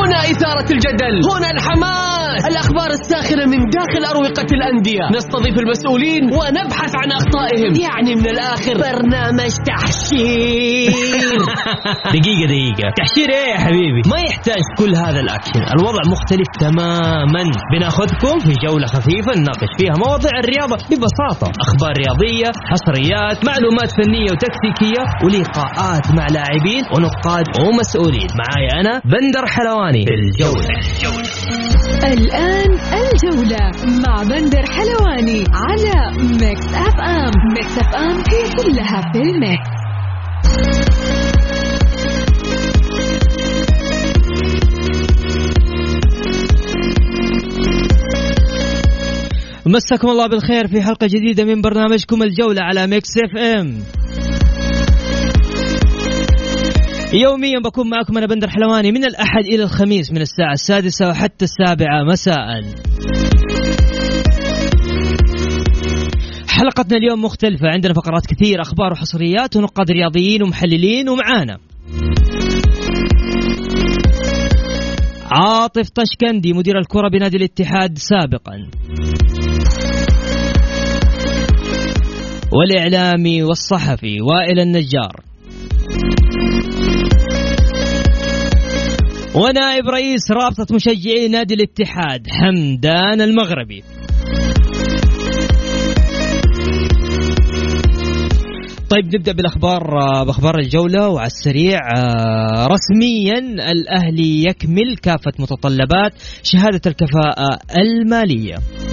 هنا إثارة الجدل، هنا الحماس، الأخبار الساخنة من داخل أروقة الأندية، نستضيف المسؤولين ونبحث عن أخطائهم. يعني من الآخر برنامج تحشير. دقيقة تحشير ايه يا حبيبي؟ ما يحتاج كل هذا الأكشن، الوضع مختلف تماما. بناخذكم في جولة خفيفة نناقش فيها مواضيع الرياضة ببساطة، أخبار رياضية، حصريات، معلومات فنية وتكتيكية، ولقاءات مع لاعبين ونقاد ومسؤولين. معايا أنا بندر حلواني في الجولة. الآن الجولة مع بندر حلواني على ميكس أف أم. ميكس أف أم هي كلها في الميكس. مساكم الله بالخير في حلقة جديدة من برنامجكم الجولة على ميكس اف ام. يوميا بكون معكم أنا بندر حلواني من الأحد إلى الخميس من الساعة 6 وحتى 7 مساء. حلقتنا اليوم مختلفة، عندنا فقرات كثير، أخبار وحصريات ونقاد رياضيين ومحللين. ومعانا عاطف طشكندي مدير الكرة بنادي الاتحاد سابقا، والإعلامي والصحفي وائل النجار، ونائب رئيس رابطة مشجعي نادي الاتحاد حمدان المغربي. طيب نبدأ بأخبار الجولة وعلى السريع. رسميا الأهلي يكمل كافة متطلبات شهادة الكفاءة المالية.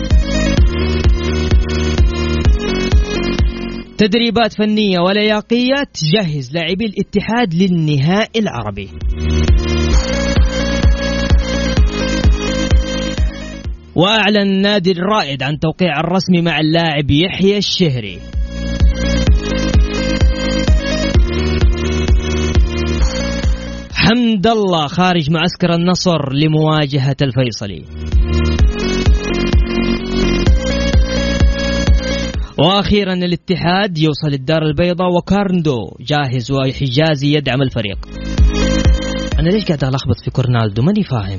تدريبات فنية ولياقية تجهز لاعبي الاتحاد للنهائي العربي. وأعلن نادي الرائد عن توقيع الرسمي مع اللاعب يحيى الشهري. حمد الله خارج معسكر النصر لمواجهة الفيصلي. وأخيرا الاتحاد يوصل الدار البيضاء وكارندو جاهز وحجازي يدعم الفريق. أنا ليش قاعد ألخبط في كورنالدو ماني فاهم.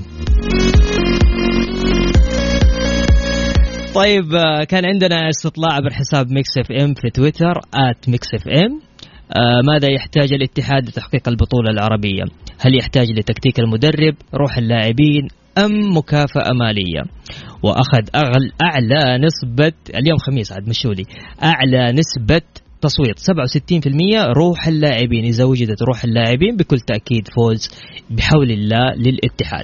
طيب كان عندنا استطلاع عبر حساب ميكس اف ام في تويتر @mixfm. ماذا يحتاج الاتحاد لتحقيق البطولة العربية؟ هل يحتاج لتكتيك المدرب، روح اللاعبين، أم مكافأة مالية؟ وأخذ أعلى نسبة اليوم خميس عاد مشولي أعلى نسبة تصويت 67% روح اللاعبين. إذا وجدت روح اللاعبين بكل تأكيد فوز بحول الله للاتحاد.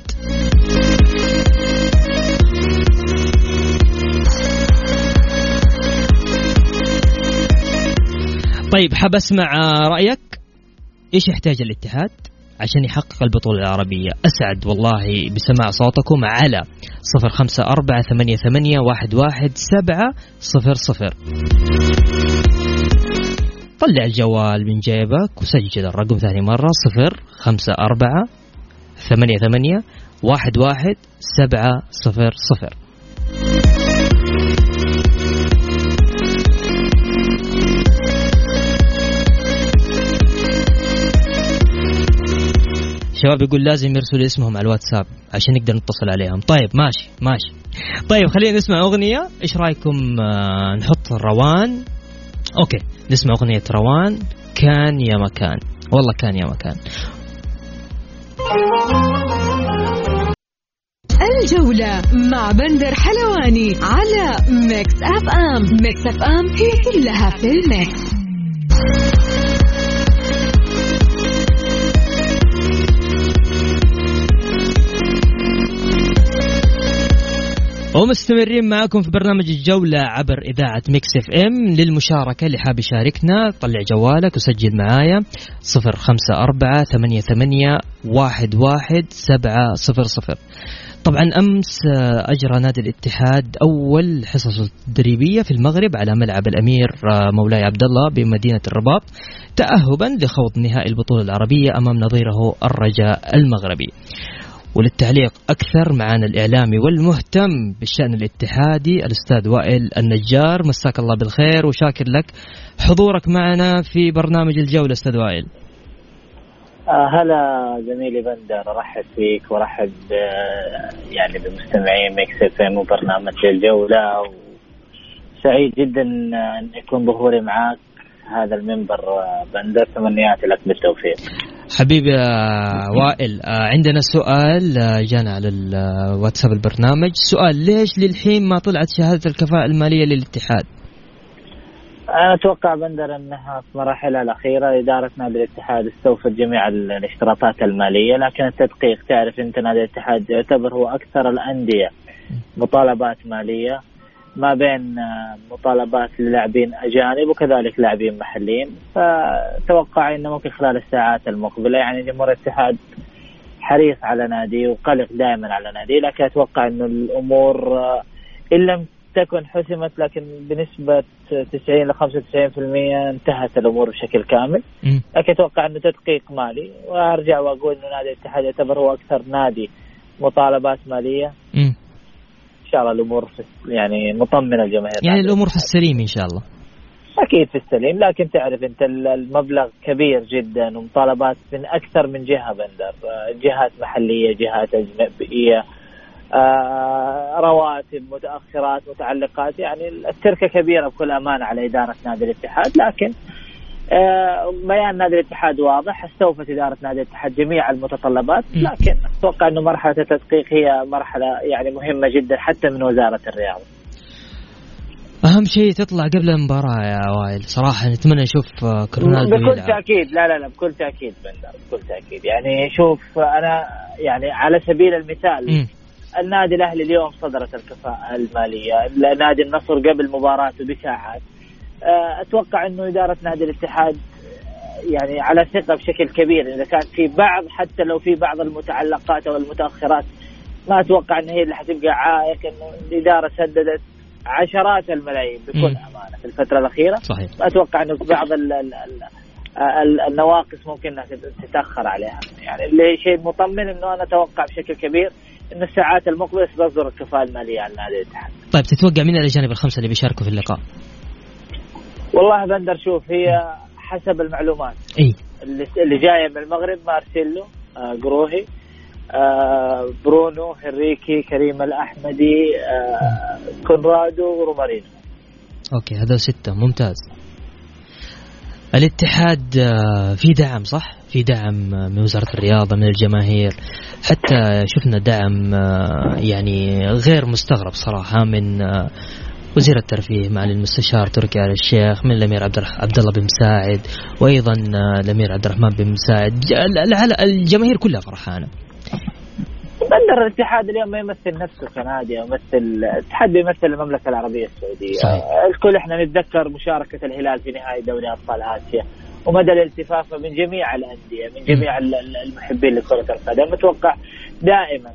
طيب حاب أسمع رأيك، إيش يحتاج الاتحاد عشان يحقق البطولة العربية؟ أسعد والله بسماع صوتكم على 0548811700. طلع الجوال من جيبك وسجل الرقم ثاني مرة 0548811700. شباب يقول لازم يرسلوا اسمهم على الواتساب عشان نقدر نتصل عليهم. طيب ماشي. طيب خلينا نسمع أغنية. إيش رأيكم نحط روان؟ أوكي نسمع أغنية روان كان يا مكان. والله كان يا مكان. الجولة مع بندر حلواني على ميكس أف أم. ميكس أف أم هي كلها في الميكس. ومستمرين معكم في برنامج الجولة عبر إذاعة ميكس اف ام. للمشاركة اللي حاب يشاركنا طلع جوالك وسجل معايا 0548811700. طبعا أمس أجرى نادي الاتحاد أول حصص التدريبية في المغرب على ملعب الأمير مولاي عبد الله بمدينة الرباط تأهبا لخوض نهائي البطولة العربية أمام نظيره الرجاء المغربي. وللتعليق أكثر معنا الإعلامي والمهتم بالشأن الاتحادي الأستاذ وائل النجار. مساك الله بالخير وشاكر لك حضورك معنا في برنامج الجولة أستاذ وائل. هلا زميلي بندر، ارحب فيك وارحب يعني بمستمعين ميكس اف ام وبرنامج الجولة، وسعيد جدا ان يكون ظهوري معك هذا المنبر بندر. تمنياتي لك بالتوفيق حبيبي وائل. عندنا سؤال جانا على الواتساب البرنامج، سؤال: ليش للحين ما طلعت شهادة الكفاءة المالية للاتحاد؟ أنا أتوقع بندر أنها في مراحلها الأخيرة إدارة نادي الاتحاد استوفت جميع الاشتراطات المالية، لكن التدقيق، تعرف أنت نادي الاتحاد يعتبر هو أكثر الأندية مطالبات مالية، ما بين مطالبات للاعبين أجانب وكذلك لاعبين محليين. فتوقع أنه ممكن خلال الساعات المقبلة يعني جمهور الاتحاد حريص على نادي وقلق دائما على نادي، لكن أتوقع أنه الأمور إن لم تكن حسمت لكن بنسبة 90 ل 95% انتهت الأمور بشكل كامل. لكن أتوقع أنه تدقيق مالي، وأرجع وأقول أنه نادي الاتحاد يعتبر هو أكثر نادي مطالبات مالية. إن شاء الله الأمور يعني مطمنة الجماهير، يعني الأمور في السليم إن شاء الله. أكيد في السليم، لكن تعرف أنت المبلغ كبير جدا ومطالبات من أكثر من جهة بندر، جهات محلية، جهات أجنبية، رواتب، متأخرات، متعلقات، يعني التركة كبيرة بكل أمانة على إدارة نادي الاتحاد. لكن بيان نادي الاتحاد واضح، استوفت إدارة نادي الاتحاد جميع المتطلبات، لكن أتوقع أنه مرحلة التدقيق هي مرحلة يعني مهمة جدا حتى من وزارة الرياضة. أهم شيء تطلع قبل المباراة يا وائل، صراحة نتمنى نشوف كرونالدو بكل تأكيد. لا بكل تأكيد بندر، بكل تأكيد. يعني شوف أنا يعني على سبيل المثال النادي الأهلي اليوم صدرت الكفاءة المالية، نادي النصر قبل مباراته بساعات. أتوقع أنه إدارة نادي الاتحاد يعني على ثقة بشكل كبير، إذا كان في بعض، حتى لو في بعض المتعلقات أو المتأخرات، ما أتوقع أن هي اللي حتبقى عائق. إنه الإدارة سددت عشرات الملايين بكل أمانة في الفترة الأخيرة. صحيح. أتوقع أنه بعض النواقص ممكن أنها تتأخر عليها، يعني اللي شيء مطمن إنه أنا أتوقع بشكل كبير إن الساعات المقبلة ستصدر الكفاءة المالية على نادي الاتحاد. طيب تتوقع من الأجانب الخمسة اللي بيشاركوا في اللقاء؟ والله بندر شوف، هي حسب المعلومات اللي جاية من المغرب: مارسيلو، قروهي، برونو، هنريكي، كريم الأحمدي، كونرادو ورومارينو. أوكي، هذا 6. ممتاز. الاتحاد في دعم، صح؟ في دعم من وزارة الرياضة، من الجماهير، حتى شفنا دعم يعني غير مستغرب صراحة من وزير الترفيه مع المستشار تركي آل الشيخ، من الأمير عبد الله بن مساعد، وأيضا الأمير عبد الرحمن بن مساعد. الجماهير كلها فرحانة. بندر الاتحاد اليوم ما يمثل نفسه كنادي، يمثل الاتحاد، بيمثل المملكة العربية السعودية. صحيح. الكل احنا نتذكر مشاركة الهلال في نهائي دوري أبطال آسيا ومدى الالتفاف من جميع الأندية، من جميع المحبين لكرة القدم. متوقع دائما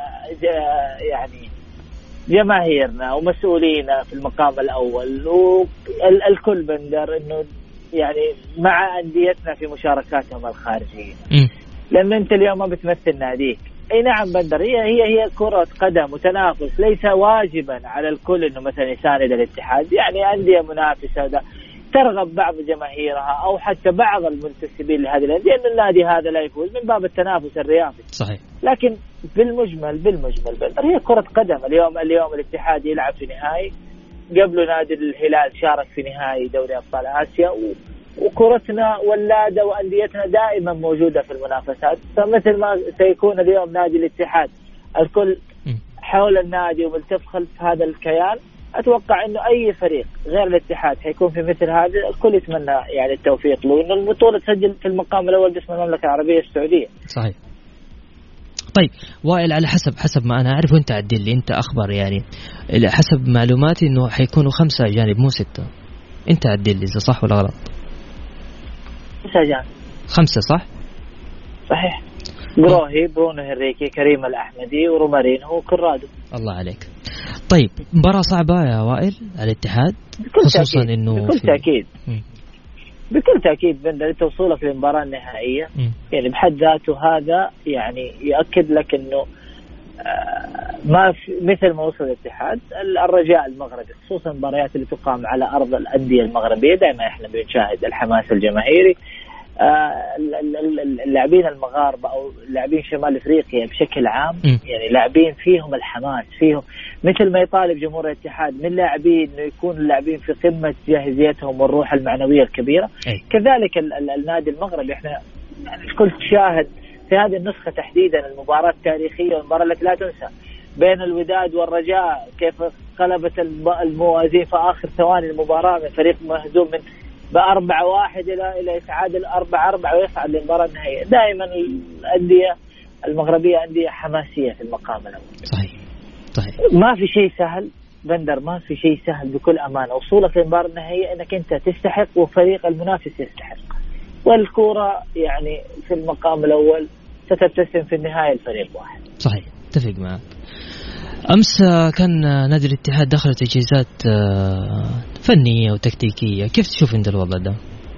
يعني جماهيرنا ومسؤولينا في المقام الأول والكل بندر إنه يعني مع أنديتنا في مشاركاتهم الخارجية، لأن أنت اليوم ما بتمثل ناديك. أي نعم بندر، هي كرة قدم وتنافس، ليس واجبا على الكل إنه مثلا يساند الاتحاد. يعني أندية منافسة ترغب بعض جماهيرها أو حتى بعض المنتسبين لهذه الأندية إن النادي هذا لا يفوز من باب التنافس الرياضي. صحيح. لكن بالمجمل بندر هي كرة قدم. اليوم الاتحاد يلعب في نهائي، قبله نادي الهلال شارك في نهائي دوري أبطال آسيا، وكرتنا ولادة وأنديتنا دائما موجودة في المنافسات. فمثل ما سيكون اليوم نادي الاتحاد الكل حول النادي وملتف خلف هذا الكيان، أتوقع إنه أي فريق غير الاتحاد حيكون في مثل هذا الكل يتمنى يعني التوفيق له، إنه البطولة تسجل في المقام الأول باسم المملكة العربية السعودية. صحيح. طيب وائل، على حسب ما أنا أعرف، وأنت عدل لي أنت أخبر، يعني حسب معلوماتي إنه حيكونوا 5 أجانب مو 6. أنت عدل لي إذا صح ولا غلط. 5 أجانب. 5 صح؟ صحيح. قروهي، برونو هنريكي، كريم الأحمدي، ورومارينو وكونرادو. الله عليك. طيب مباراة صعبة يا وائل على الاتحاد، خصوصا إنه بكل تأكيد بكل تأكيد بندر أنت وصولك للمباراة النهائية يعني بحد ذاته هذا يعني يؤكد لك إنه ما في مثل ما وصل الاتحاد. الرجاء المغربي خصوصا المباريات اللي تقام على أرض الأندية المغربية دائما إحنا بنشاهد الحماس الجماهيري. اللاعبين المغاربة أو لاعبين شمال أفريقيا بشكل عام يعني لاعبين فيهم الحماس، فيهم مثل ما يطالب جمهور الاتحاد من لاعبين إنه يكون اللاعبين في قمة جاهزيتهم والروح المعنوية الكبيرة. كذلك النادي المغربي، احنا يعني الكل شاهد في هذه النسخة تحديدا المباراة التاريخية والمباراة التي لا تنسى بين الوداد والرجاء، كيف قلبت الموازين في آخر ثواني المباراة من فريق مهزوم من ب4-1 إلى يتعادل 4-4 ويصعد للمباراة النهائية. دائما الأندية المغربية أندية حماسية في المقام الأول. صحيح. ما في شيء سهل بندر، ما في شيء سهل بكل أمانة. وصولك للمباراة النهائية أنك أنت تستحق وفريق المنافس يستحق، والكرة يعني في المقام الأول ستبتسم في النهاية الفريق واحد. صحيح، اتفق معك. أمس كان نادي الاتحاد دخل تجهيزات فنية وتكتيكية، كيف تشوف أنت الوضع ده؟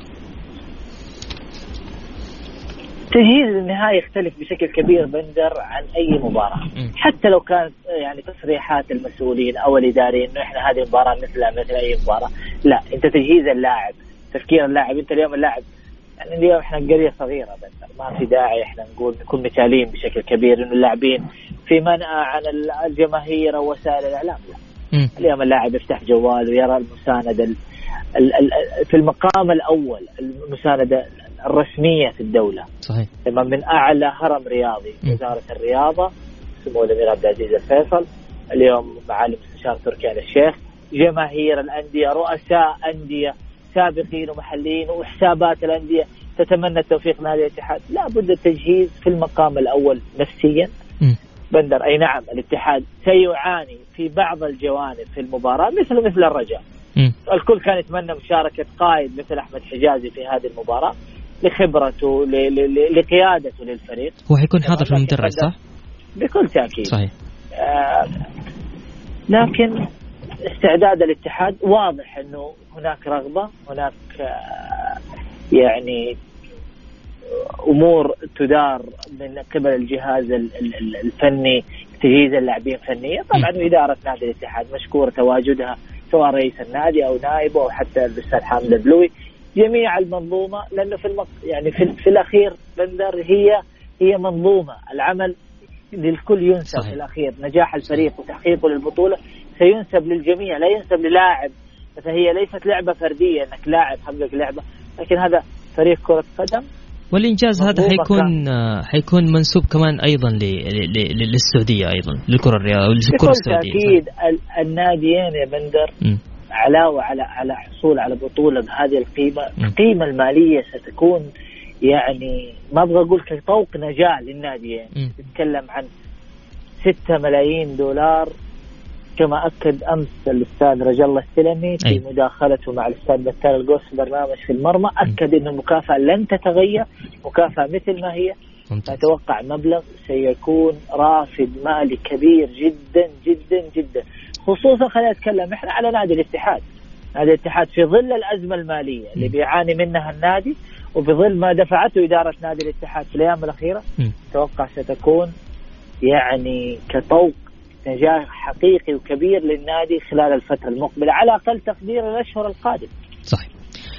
تجهيز النهائي يختلف بشكل كبير بندر عن أي مباراة، حتى لو كانت يعني تصريحات المسؤولين أو الإداريين إنه إحنا هذه المباراة مثل أي مباراة. لا، أنت تجهيز اللاعب، تفكير اللاعب. أنت اليوم اللاعب يعني اليوم إحنا قرية صغيرة بندر، ما في داعي إحنا نكون مثاليين بشكل كبير إنه اللاعبين في منأى عن الجماهير أو وسائل الإعلام. لا، اليوم اللاعب يفتح جوال ويرى المساندة في المقام الأول، المساندة الرسمية في الدولة. صحيح. لما من أعلى هرم رياضي وزارة الرياضة سمو الأمير عبد العزيز الفيصل، اليوم معالي مستشار تركي آل الشيخ، جماهير الأندية، رؤساء أندية سابقين ومحليين، وحسابات الأندية تتمنى التوفيق لهذا الاتحاد. لا بد التجهيز في المقام الأول نفسيا. بندر أي نعم الاتحاد سيعاني في بعض الجوانب في المباراة مثل الرجاء. الكل كان يتمنى مشاركة قائد مثل أحمد حجازي في هذه المباراة لخبرته لقيادته للفريق. هو حيكون حاضر في المدرج صح؟ بكل تأكيد. صحيح. لكن استعداد الاتحاد واضح أنه هناك رغبة، هناك يعني أمور تدار من قبل الجهاز الفني تجهيز اللاعبين فنيا. طبعا إدارة نادي الاتحاد مشكورة تواجدها، سواء رئيس النادي أو نائبه أو حتى الأستاذ حامد البلوي، جميع المنظومة، لأنه يعني في الأخير بندر هي منظومة. العمل للكل ينسب في الأخير، نجاح الفريق وتحقيقه للبطولة سينسب للجميع، لا ينسب للاعب. فهي ليست لعبة فردية انك لاعب حقق لعبة، لكن هذا فريق كرة قدم. والإنجاز هذا حيكون منسوب كمان أيضا للسعودية، أيضا للكرة الرياضية والكرة السعودية. أكيد الناديين يا بندر علاوة على حصول على بطولة بهذه القيمة المالية ستكون يعني ما أبغى أقول كطوق نجاة للناديين. نتكلم عن 6 ملايين دولار كما أكد أمس الأستاذ رجل الله السلمي في مداخلته مع الأستاذ بتال القوس في برنامج في المرمى. أكد أن المكافأة لن تتغير، مكافأة مثل ما هي. أتوقع مبلغ سيكون رافد مالي كبير جدا جدا جدا، خصوصا خلينا نتكلم إحنا على نادي الاتحاد. نادي الاتحاد في ظل الأزمة المالية اللي بيعاني منها النادي، وبظل ما دفعته إدارة نادي الاتحاد في الأيام الأخيرة، أتوقع ستكون يعني كطوق نجاح حقيقي وكبير للنادي خلال الفترة المقبلة، على أقل تقدير الأشهر القادمة. صحيح.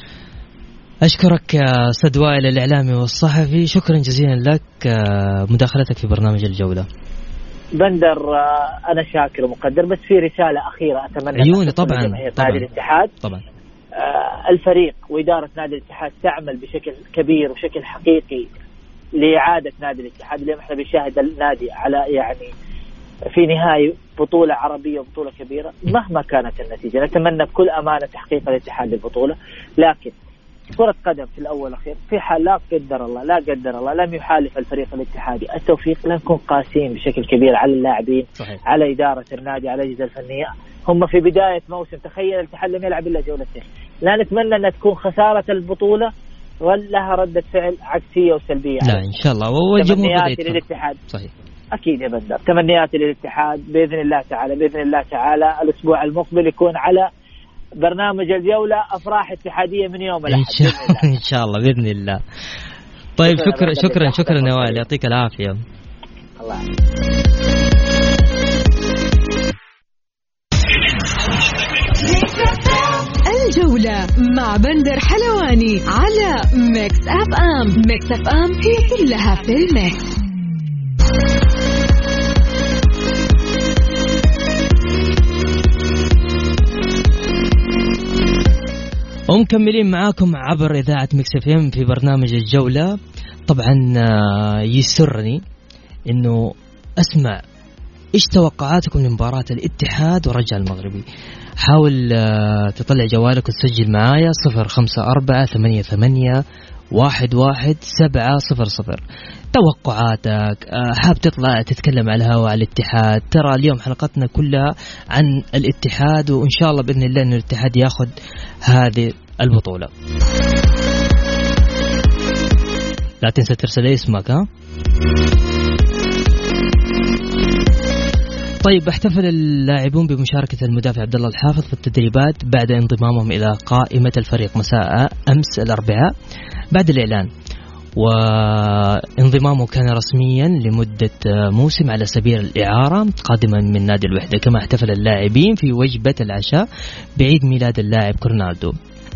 أشكرك يا أستاذ وائل الإعلامي والصحفي، شكرا جزيلا لك مداخلتك في برنامج الجولة. بندر أنا شاكر ومقدر، بس في رسالة أخيرة أتمنى طبعا نادي الاتحاد. طبعا الفريق وإدارة نادي الاتحاد تعمل بشكل كبير وشكل حقيقي لإعادة نادي الاتحاد. اليوم احنا بنشاهد النادي على يعني في نهاية بطولة عربية وبطولة كبيرة. مهما كانت النتيجة نتمنى بكل أمانة تحقيق الاتحاد للبطولة، لكن كرة قدم في الأول والأخير في حال لا قدر الله لم يحالف الفريق الاتحادي التوفيق، لا نكون قاسين بشكل كبير على اللاعبين. صحيح. على إدارة النادي، على الأجهزة الفنية. هم في بداية موسم، تخيل الاتحاد لم يلعب إلا جولتين. لا نتمنى أن تكون خسارة البطولة ولها ردة فعل عكسية وسلبية. لا إن شاء الله. تمنياتي للاتحاد. صحيح. أكيد يا بندر، تمنياتي للاتحاد بإذن الله تعالى الأسبوع المقبل يكون على برنامج الجولة أفراح اتحادية من يوم الأحد إن شاء الله بإذن الله. طيب شكرا يا وائل، يعطيك العافية. الله. الجولة مع بندر حلواني على ميكس أف أم. أم. ميكس أف أم هي كلها في الميكس. ومكملين معاكم عبر إذاعة ميكس اف ام في برنامج الجولة. طبعا يسرني إنه أسمع إيش توقعاتكم لمباراة الاتحاد والرجاء المغربي. حاول تطلع جوالك وتسجل معايا 0548811700. توقعاتك، حاب تطلع تتكلم على الهواء على الاتحاد. ترى اليوم حلقتنا كلها عن الاتحاد، وإن شاء الله بإذن الله أن الاتحاد ياخذ هذه البطولة. لا تنسى ترسل اسمك. طيب، احتفل اللاعبون بمشاركة المدافع عبد الله الحافظ في التدريبات بعد انضمامهم إلى قائمة الفريق مساء أمس الأربعاء بعد الإعلان، وانضمامه كان رسميا لمدة موسم على سبيل الإعارة قادما من نادي الوحدة. كما احتفل اللاعبين في وجبة العشاء بعيد ميلاد اللاعب كورنالدو.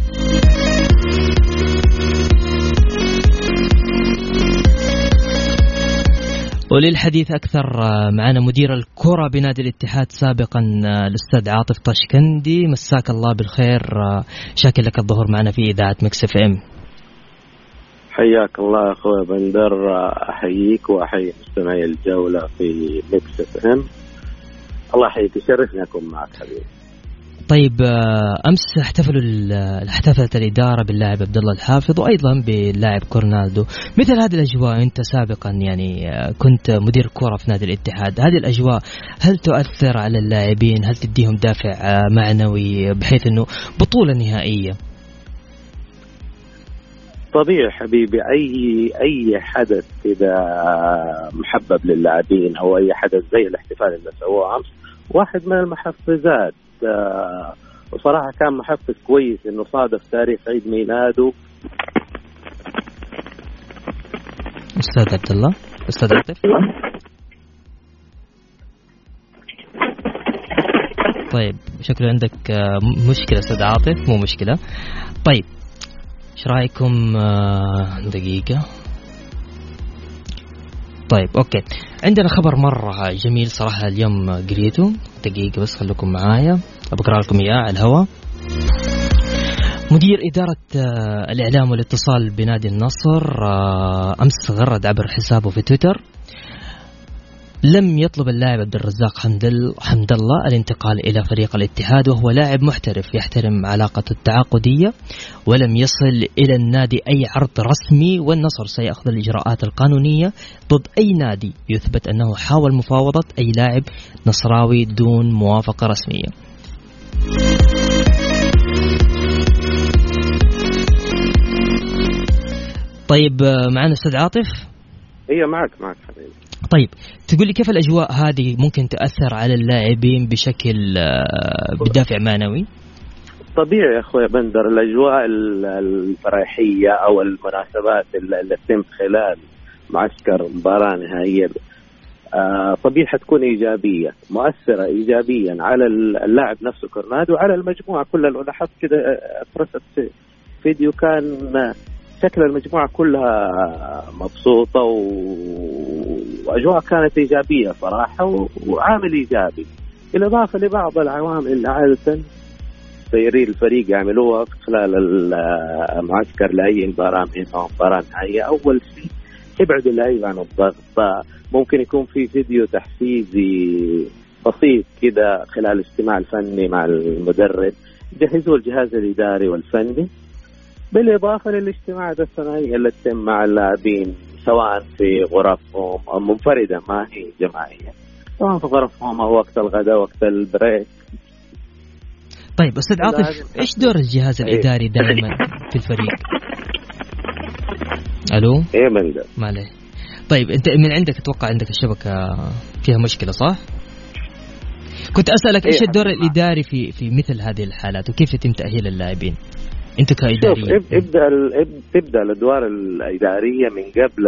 وللحديث أكثر معنا مدير الكرة بنادي الاتحاد سابقا الأستاذ عاطف طشكندي. مساك الله بالخير، شاكر لك الظهور معنا في إذاعة ميكس اف ام. حياك الله أخوي بندر، أحييك وأحيي مستمعي الجولة في ميكس اف ام. الله يحييك، يشرفني أكون معك حبيبي. طيب، أمس احتفلت الإدارة باللاعب عبد الله الحافظ وأيضا باللاعب كورنالدو. مثل هذه الأجواء، أنت سابقا يعني كنت مدير كرة في نادي الاتحاد، هذه الأجواء هل تؤثر على اللاعبين؟ هل تديهم دافع معنوي بحيث أنه بطولة نهائية؟ طبيعي حبيبي، أي حدث إذا محبب للاعبين أو أي حدث زي الاحتفال اللي سووه أمس واحد من المحفزات. وصراحة كان محفز كويس إنه صادف تاريخ عيد ميلاده. أستاذ عبد الله، أستاذ عاطف. طيب، شكله عندك مشكلة أستاذ عاطف. مو مشكلة. طيب، إيش رأيكم؟ دقيقة. طيب، أوكي، عندنا خبر مرة جميل صراحة اليوم قريته. دقيقة بس، خليكم معايا أبقرأ لكم إياه على الهواء. مدير إدارة الإعلام والاتصال بنادي النصر أمس غرد عبر حسابه في تويتر: لم يطلب اللاعب عبد الرزاق حمد الله الانتقال إلى فريق الاتحاد، وهو لاعب محترف يحترم علاقته التعاقدية، ولم يصل إلى النادي أي عرض رسمي، والنصر سيأخذ الإجراءات القانونية ضد أي نادي يثبت أنه حاول مفاوضة أي لاعب نصراوي دون موافقة رسمية. طيب، معنا أستاذ عاطف. هي معك حبيبي. طيب، تقول لي كيف الأجواء هذه ممكن تأثر على اللاعبين بشكل بدافع معنوي؟ طبيعي يا أخوي بندر، الأجواء الفرحية أو المناسبات اللي تتم خلال معسكر مباراة نهائية طبيعي حتكون إيجابية، مؤثرة إيجابيا على اللاعب نفسه كورنادو وعلى المجموعة كلها. لو لاحظت كده فرصة فيديو كان شكل المجموعة كلها مبسوطة وأجواء كانت إيجابية صراحة وعامل إيجابي، بالإضافة لبعض العوامل اللي عادة سيري الفريق يعملوها خلال المعسكر لأي مباراة منهم مباراة نهائية. أول شيء يبعد اللعيبة عن الضغط، ممكن يكون في فيديو تحفيزي بسيط كده خلال الاجتماع الفني مع المدرب، جهزوا الجهاز الإداري والفني، بالإضافة للاجتماعات الثنائية اللي تتم مع اللاعبين سواء في غرفهم أو منفردة ما هي جماعية، سواء في غرفهم أو وقت الغداء وقت البريك. طيب أستاذ عاطف، إيش دور الجهاز الإداري دائما في الفريق؟ ألو؟ إيه من ما عليه. طيب، أنت من عندك أتوقع عندك الشبكة فيها مشكلة صح؟ كنت أسألك إيش الدور الإداري في مثل هذه الحالات وكيف يتم تأهيل اللاعبين؟ أنت كإداريين. تبدأ الأدوار الإدارية من قبل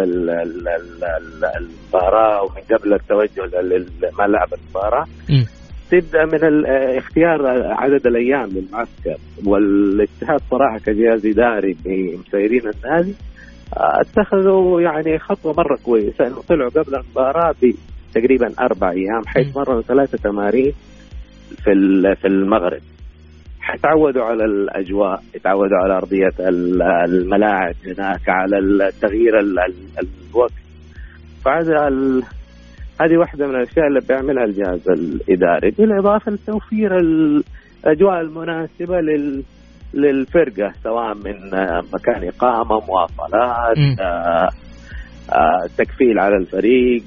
المباراة ومن قبل التوجه لملعب المباراة. تبدأ من اختيار عدد الأيام للمعسكر، والاتحاد صراحة كجهاز إداري بمسيرين النادي اتخذوا يعني خطوة مرة كويسة، انه طلعوا قبل المباراة بتقريبا 4 أيام، حيث مروا 3 تمارين في المغرب، حيتعودوا على الأجواء، يتعودوا على أرضية الملاعب هناك، على التغيير الوقت. هذه واحدة من الأشياء اللي بيعملها الجهاز الإداري، بالإضافة لتوفير الأجواء المناسبة للفرقة، سواء من مكان إقامة، مواصلات، تكفيل على الفريق،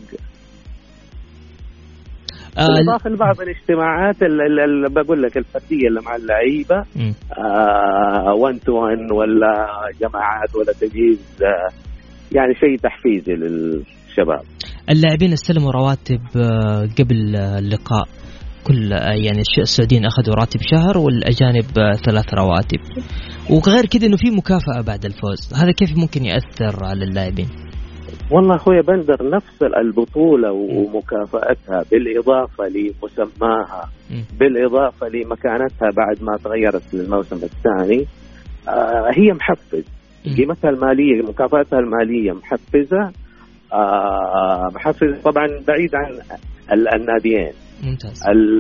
بالإضافة لبعض الاجتماعات اللي بقول لك الفردية اللي مع اللعيبة، 1 to 1 ولا جماعات ولا تجهيز، يعني شيء تحفيزي للشباب. اللاعبين استلموا رواتب قبل اللقاء، كل يعني السعوديين أخذوا راتب شهر والأجانب 3 رواتب، وغير كده إنه في مكافأة بعد الفوز. هذا كيف ممكن يأثر على اللاعبين؟ والله أخويا بندر، نفس البطولة ومكافأتها بالإضافة لمسماها، بالإضافة لمكانتها بعد ما تغيرت للموسم الثاني، هي محفز. قيمتها المالية، مكافأتها المالية محفزة، محفز طبعا بعيد عن الناديين. ممتاز.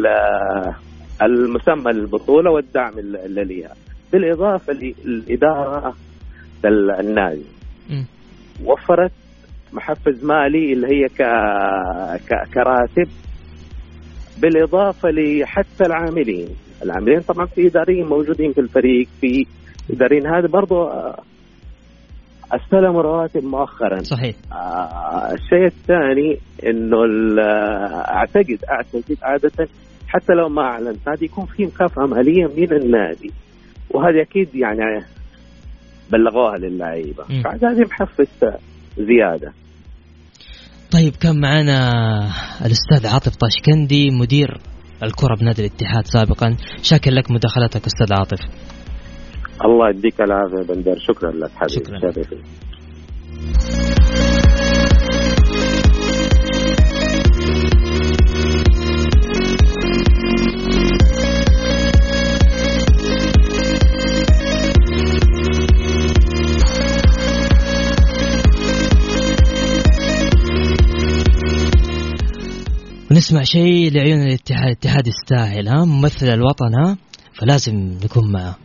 المسمى للبطولة والدعم اللي ليها، بالإضافة للإدارة النادي وفرت محفز مالي اللي هي كراتب، بالإضافة لحتى العاملين طبعا في إداريين موجودين في الفريق، في إداريين هذا برضو استلموا رواتب مؤخرا. صحيح. الشيء الثاني انه اعتقد عادة حتى لو ما اعلن نادي يكون في مكافأة مالية من النادي، وهذه اكيد يعني بلغوها للعيبة، فهذه محفز زيادة. طيب، كان معنا الأستاذ عاطف طاشكندي مدير الكرة بنادي الاتحاد سابقا. شاكر لك مداخلتك أستاذ عاطف. الله يديك العافية بندر، شكرا لك حبيبي. شكرا. ونسمع شيء لعيون الاتحاد يستاهل، ممثل الوطن، فلازم نكون معه.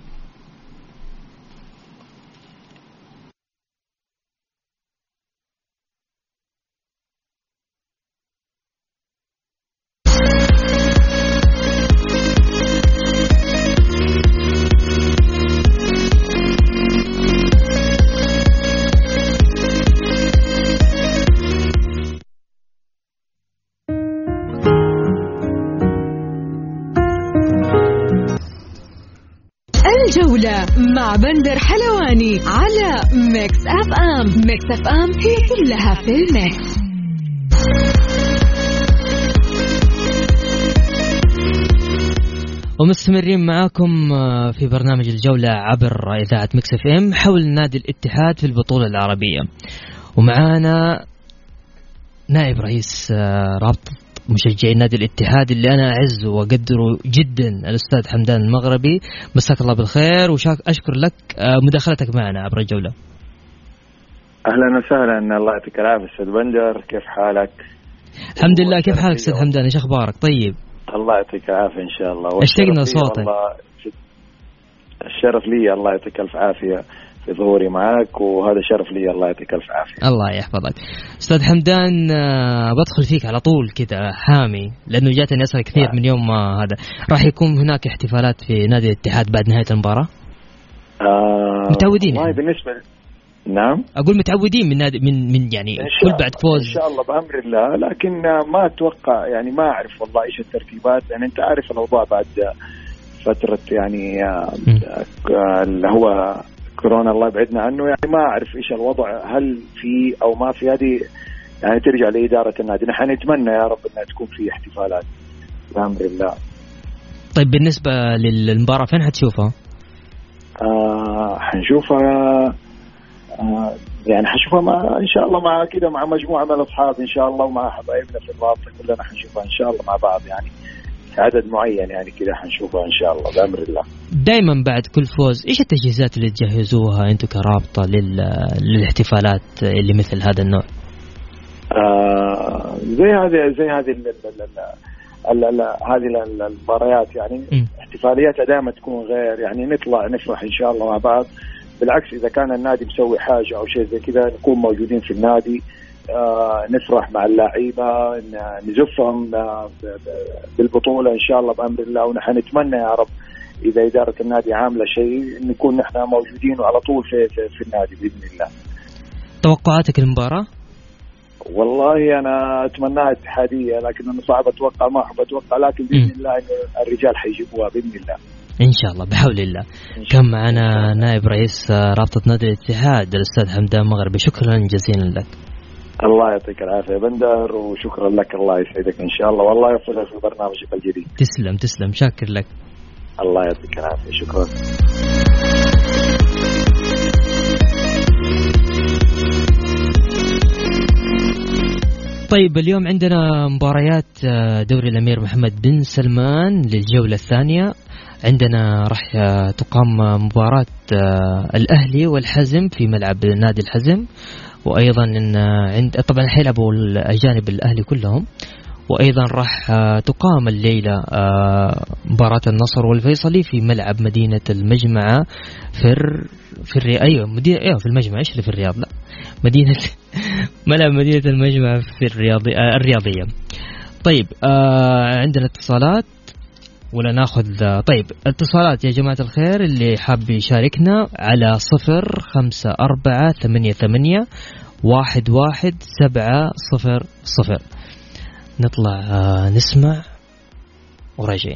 الجولة مع بندر حلواني على ميكس أف أم. ميكس أف أم هي كلها في الميكس. ومستمرين معاكم في برنامج الجولة عبر إذاعة ميكس أف أم حول نادي الاتحاد في البطولة العربية، ومعانا نائب رئيس رابطة مشجعي نادي الاتحاد اللي أنا أعز وأقدره جدا، الأستاذ حمدان المغربي. مساك الله بالخير وأشكر لك مداخلتك معنا عبر الجولة. أهلا وسهلا، الله يعطيك العافية أستاذ بندر، كيف حالك؟ الحمد لله. كيف حالك أستاذ حمدان؟ إيش أخبارك؟ طيب الله يعطيك العافية إن شاء الله. اشتقنا صوتك. الشرف لي، الله يعطيك ألف عافية في ظهوري معك، وهذا شرف لي، الله يعطيك ألف عافية. الله يحفظك أستاذ حمدان. بدخل فيك على طول كده حامي، لأنه جاتني أسئلة كثير من يوم ما هذا. راح يكون هناك احتفالات في نادي الاتحاد بعد نهاية المباراة؟ متعودين يعني. بالنسبة نعم أقول متعودين من نادي من يعني كل بعد فوز إن شاء الله بأمر الله، لكن ما أتوقع يعني، ما أعرف والله إيش الترتيبات، يعني أنت عارف الأوضاع بعد فترة يعني اللي هو كورونا الله يبعدنا عنه، يعني ما أعرف إيش الوضع، هل في أو ما في، هذه يعني ترجع لإدارة النادي. نحن نتمنى يا رب أنها تكون في احتفالات بأمر الله. طيب بالنسبة للمباراة فين حتشوفها؟ حنشوفها يعني حنشوفها إن شاء الله مع كده مع مجموعة من الأصحاب إن شاء الله، ومع حبايبنا في الرابطة كلنا حنشوفها إن شاء الله مع بعض يعني عدد معين يعني كذا حنشوفها إن شاء الله بأمر الله. دائما بعد كل فوز إيش التجهيزات اللي تجهزوها أنتم كرابطة للاحتفالات اللي مثل هذا النوع؟ هذه المباريات يعني احتفالياتها دائما تكون غير، يعني نطلع نفرح إن شاء الله مع بعض. بالعكس إذا كان النادي مسوي حاجة أو شيء زي كذا نكون موجودين في النادي، نفرح مع اللاعبين، نزفهم بالبطولة إن شاء الله بأمر الله. ونحن نتمنى يا رب إذا إدارة النادي عاملة شيء نكون نحن موجودين وعلى طول في النادي بإذن الله. توقعاتك المباراة؟ والله أنا أتمناها اتحادية، لكن أنا صعب أتوقع، ما أحب أتوقع، لكن بإذن الله الرجال حيجيبوها بإذن الله إن شاء الله بحول الله. كان معنا نائب رئيس رابطة نادي الاتحاد الأستاذ حمدان مغربي، شكرا جزيلا لك. الله يعطيك العافية بندر، وشكرا لك، الله يسعدك إن شاء الله، والله يوفقك في برنامجك الجديد. تسلم شاكر لك. الله يعطيك العافية، شكرا. طيب اليوم عندنا مباريات دوري الأمير محمد بن سلمان للجولة الثانية. عندنا راح تقام مباراة الأهلي والحزم في ملعب نادي الحزم، وأيضا طبعا حيلعبوا الأجانب الأهلي كلهم. وأيضا راح تقام الليلة مباراة النصر والفيصلي في ملعب مدينة المجمعة في المجمعة، إيش اللي في الرياض؟ لا، ملعب مدينة المجمعة في الرياضية. طيب عندنا اتصالات ولا ناخذ؟ طيب اتصالات يا جماعة الخير، اللي حاب يشاركنا على 0548811700. نطلع نسمع وراجعين.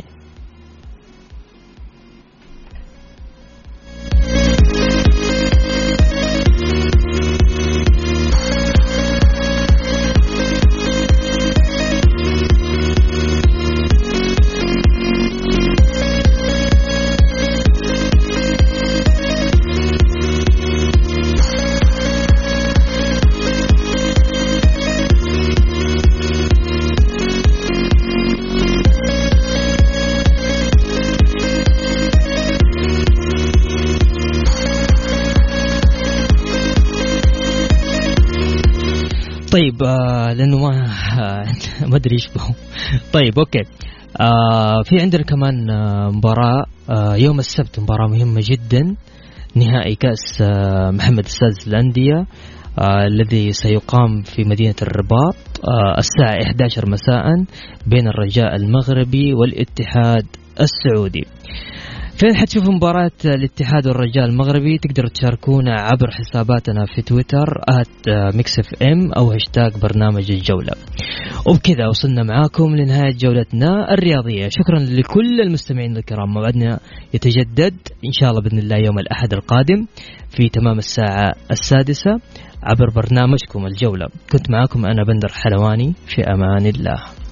طيب لأنه ما أدري إيش بهو. طيب أوكي. في عندنا كمان مباراة يوم السبت، مباراة مهمة جدا، نهائي كأس محمد السادس للأندية الذي سيقام في مدينة الرباط الساعة 11 مساء بين الرجاء المغربي والاتحاد السعودي. فين حتشوفوا مباراة الاتحاد والرجاء المغربي؟ تقدروا تشاركونا عبر حساباتنا في تويتر @mixfm أو هاشتاج برنامج الجولة. وبكذا وصلنا معاكم لنهاية جولتنا الرياضية. شكرا لكل المستمعين الكرام، موعدنا يتجدد إن شاء الله بإذن الله يوم الأحد القادم في تمام الساعة 6 عبر برنامجكم الجولة. كنت معاكم أنا بندر حلواني، في أمان الله.